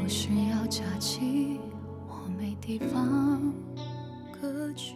不需要假期，我没地方可去，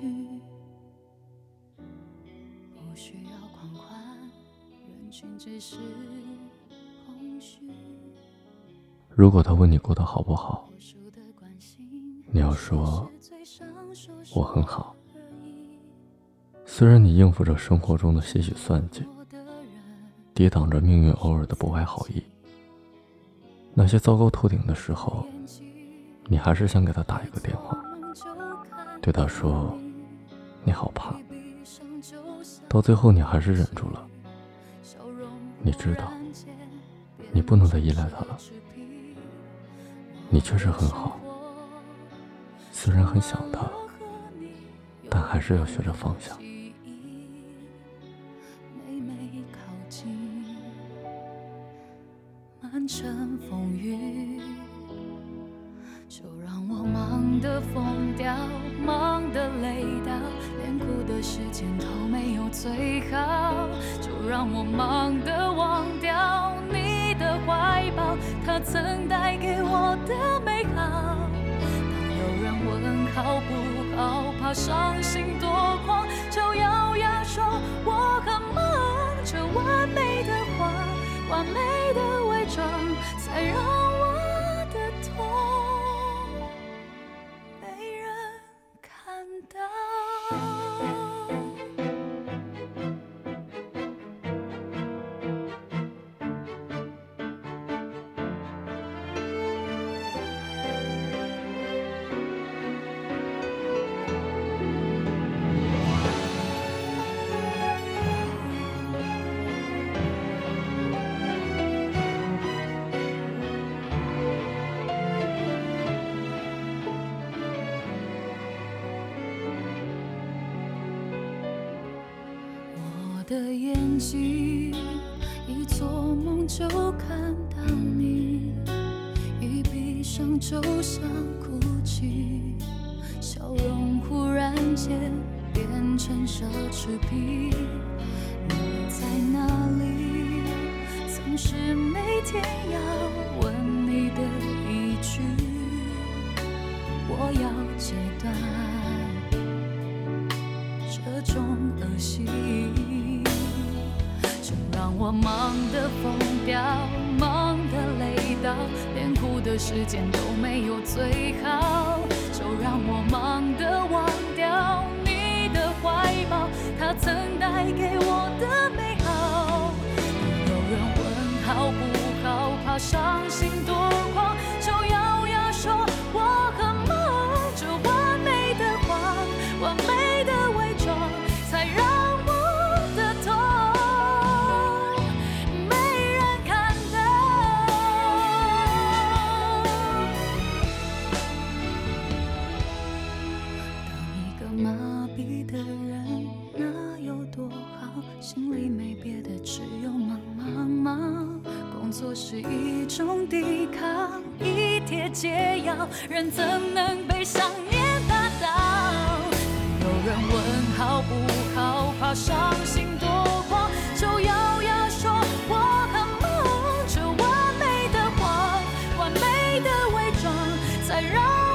不需要狂欢，人群只是空虚。 如果他问你过得好不好，你要说我很好。虽然你应付着生活中的些许算计，抵挡着命运偶尔的不怀好意，那些糟糕透顶的时候，你还是想给他打一个电话，对他说你好怕。到最后你还是忍住了，你知道你不能再依赖他了。你确实很好，虽然很想他，但还是要学着放下。 满城风雨，就让我忙得疯掉，忙得累到连哭的时间都没有最好，就让我忙得忘掉你的怀抱，它曾带给我的美好。当有人问好不好，怕伤心多狂，就咬牙说我很忙，这完美的话，完美的伪装，才让我的痛没人看到。我的眼睛一做梦就看到你，一闭上就想哭泣，笑容忽然间变成奢侈品。你在哪里？总是每天要问你的一句，我要戒断这种恶习，就让我忙得疯掉，忙得累到连哭的时间都没有最好，就让我忙得忘掉你的怀抱，它曾带给我的美好。有人问好不好，怕伤心多狂，就咬牙说我很忙，这完美的话，完美的伪装，才让我的痛没人看到。当一个麻痹的人，那有多好？心里没别的，只有忙忙忙。工作是一种抵抗，一帖解药，人怎能被想念打倒？有人问好不好，怕伤心多狂，就咬牙说我很忙，这完美的谎，完美的伪装，才让